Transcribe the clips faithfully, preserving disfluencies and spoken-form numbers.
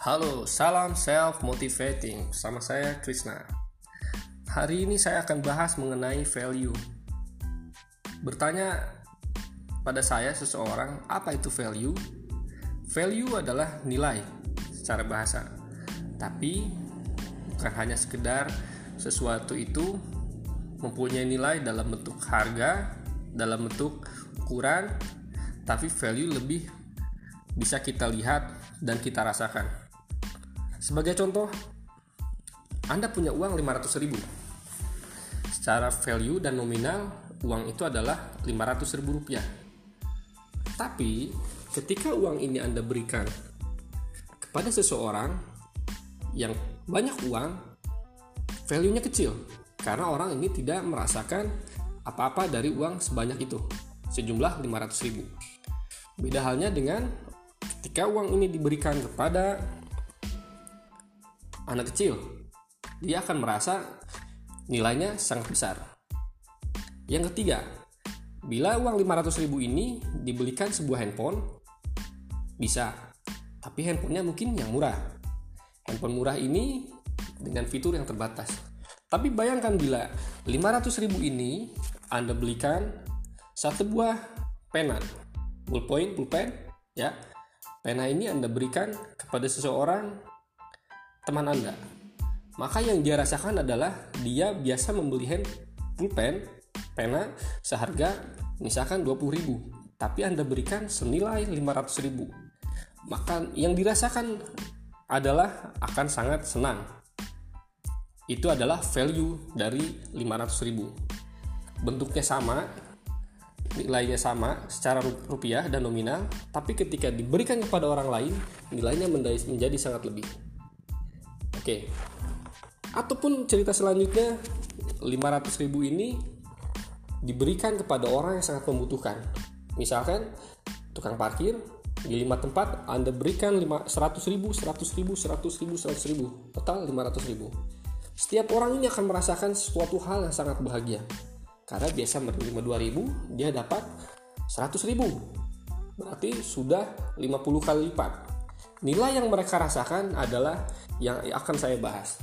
Halo, salam self motivating. Sama saya Krishna. Hari ini saya akan bahas mengenai value. Bertanya pada saya seseorang, apa itu value? Value adalah nilai secara bahasa. Tapi bukan hanya sekedar sesuatu itu mempunyai nilai dalam bentuk harga, dalam bentuk ukuran, tapi value lebih bisa kita lihat dan kita rasakan. Sebagai contoh, Anda punya uang lima ratus ribu. Secara value dan nominal, uang itu adalah lima ratus ribu rupiah. Tapi, ketika uang ini Anda berikan kepada seseorang yang banyak uang, value-nya kecil. Karena orang ini tidak merasakan apa-apa dari uang sebanyak itu, sejumlah lima ratus ribu. Beda halnya dengan ketika uang ini diberikan kepada anak kecil, dia akan merasa nilainya sangat besar. Yang ketiga, bila uang lima ratus ribu ini dibelikan sebuah handphone, bisa, tapi handphonenya mungkin yang murah. Handphone murah ini dengan fitur yang terbatas. Tapi bayangkan bila lima ratus ribu ini Anda belikan satu buah pena, ballpoint, pulpen, ya. Pena ini Anda berikan kepada seseorang teman Anda. Maka yang dia rasakan adalah dia biasa membeli hand pulpen, pena seharga misalkan dua puluh ribu, tapi Anda berikan senilai lima ratus ribu. Maka yang dirasakan adalah akan sangat senang. Itu adalah value dari lima ratus ribu. Bentuknya sama, nilainya sama secara rupiah dan nominal, tapi ketika diberikan kepada orang lain, nilainya menjadi sangat lebih. Oke. Ataupun cerita selanjutnya, lima ratus ribu ini diberikan kepada orang yang sangat membutuhkan. Misalkan tukang parkir di lima tempat Anda berikan seratus ribu, seratus ribu, seratus ribu, seratus ribu, total lima ratus ribu. Setiap orang ini akan merasakan suatu hal yang sangat bahagia. Karena biasa menerima dua ribu, dia dapat seratus ribu. Berarti sudah lima puluh kali lipat. Nilai yang mereka rasakan adalah yang akan saya bahas.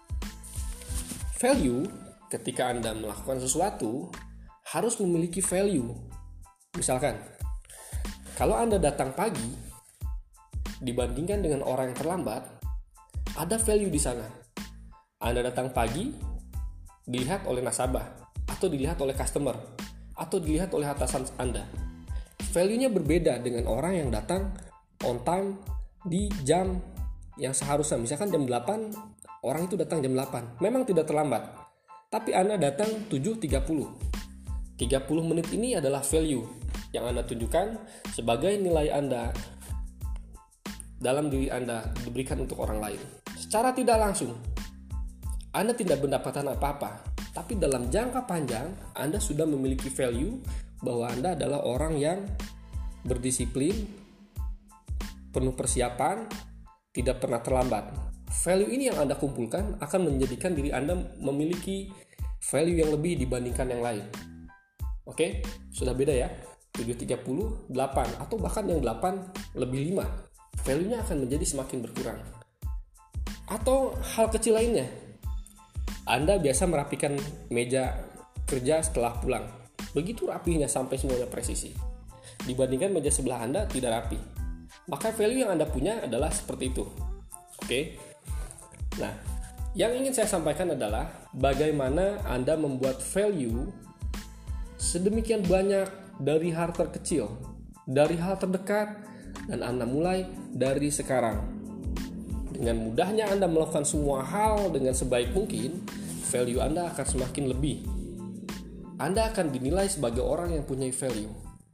Value, ketika Anda melakukan sesuatu, harus memiliki value. Misalkan, kalau Anda datang pagi, dibandingkan dengan orang yang terlambat, ada value di sana. Anda datang pagi, dilihat oleh nasabah, atau dilihat oleh customer, atau dilihat oleh atasan Anda. Value-nya berbeda dengan orang yang datang on time di jam yang seharusnya. Misalkan jam delapan, orang itu datang jam delapan. Memang tidak terlambat, tapi Anda datang tujuh tiga puluh. tiga puluh menit ini adalah value yang Anda tunjukkan sebagai nilai Anda dalam diri Anda diberikan untuk orang lain. Secara tidak langsung, Anda tidak mendapatkan apa-apa, tapi dalam jangka panjang Anda sudah memiliki value bahwa Anda adalah orang yang berdisiplin, penuh persiapan, tidak pernah terlambat. Value ini yang Anda kumpulkan akan menjadikan diri Anda memiliki value yang lebih dibandingkan yang lain. Oke, sudah beda ya. tujuh tiga puluh, delapan, atau bahkan yang delapan lebih lima. Value-nya akan menjadi semakin berkurang. Atau hal kecil lainnya. Anda biasa merapikan meja kerja setelah pulang. Begitu rapinya sampai semuanya presisi. Dibandingkan meja sebelah Anda tidak rapi. Maka value yang Anda punya adalah seperti itu. Oke. Nah, yang ingin saya sampaikan adalah bagaimana Anda membuat value sedemikian banyak dari hal terkecil, dari hal terdekat, dan Anda mulai dari sekarang. Dengan mudahnya Anda melakukan semua hal dengan sebaik mungkin, value Anda akan semakin lebih. Anda akan dinilai sebagai orang yang punya value.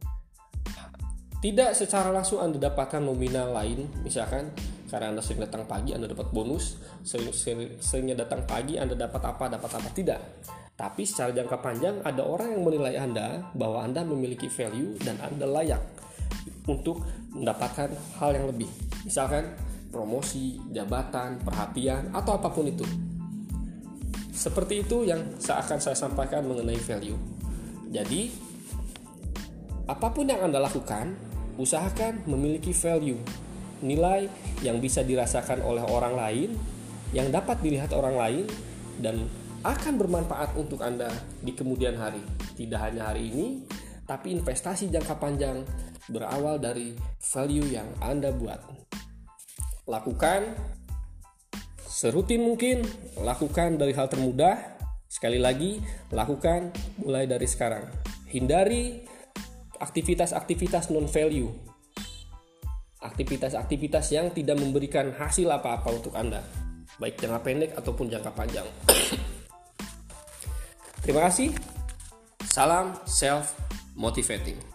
Tidak secara langsung Anda dapatkan nominal lain, misalkan karena Anda sering datang pagi Anda dapat bonus, sering, sering, seringnya datang pagi Anda dapat apa, dapat apa, tidak. Tapi secara jangka panjang ada orang yang menilai Anda bahwa Anda memiliki value dan Anda layak untuk mendapatkan hal yang lebih. Misalkan promosi, jabatan, perhatian, atau apapun itu. Seperti itu yang akan saya sampaikan mengenai value. Jadi, apapun yang Anda lakukan, usahakan memiliki value. nilai yang bisa dirasakan oleh orang lain, yang dapat dilihat orang lain, dan akan bermanfaat untuk Anda di kemudian hari. Tidak hanya hari ini, tapi investasi jangka panjang berawal dari value yang Anda buat. Lakukan serutin mungkin, lakukan dari hal termudah. Sekali lagi, lakukan mulai dari sekarang. Hindari aktivitas-aktivitas non-value, aktivitas-aktivitas yang tidak memberikan hasil apa-apa untuk Anda, baik jangka pendek ataupun jangka panjang. Terima kasih. Salam self-motivating.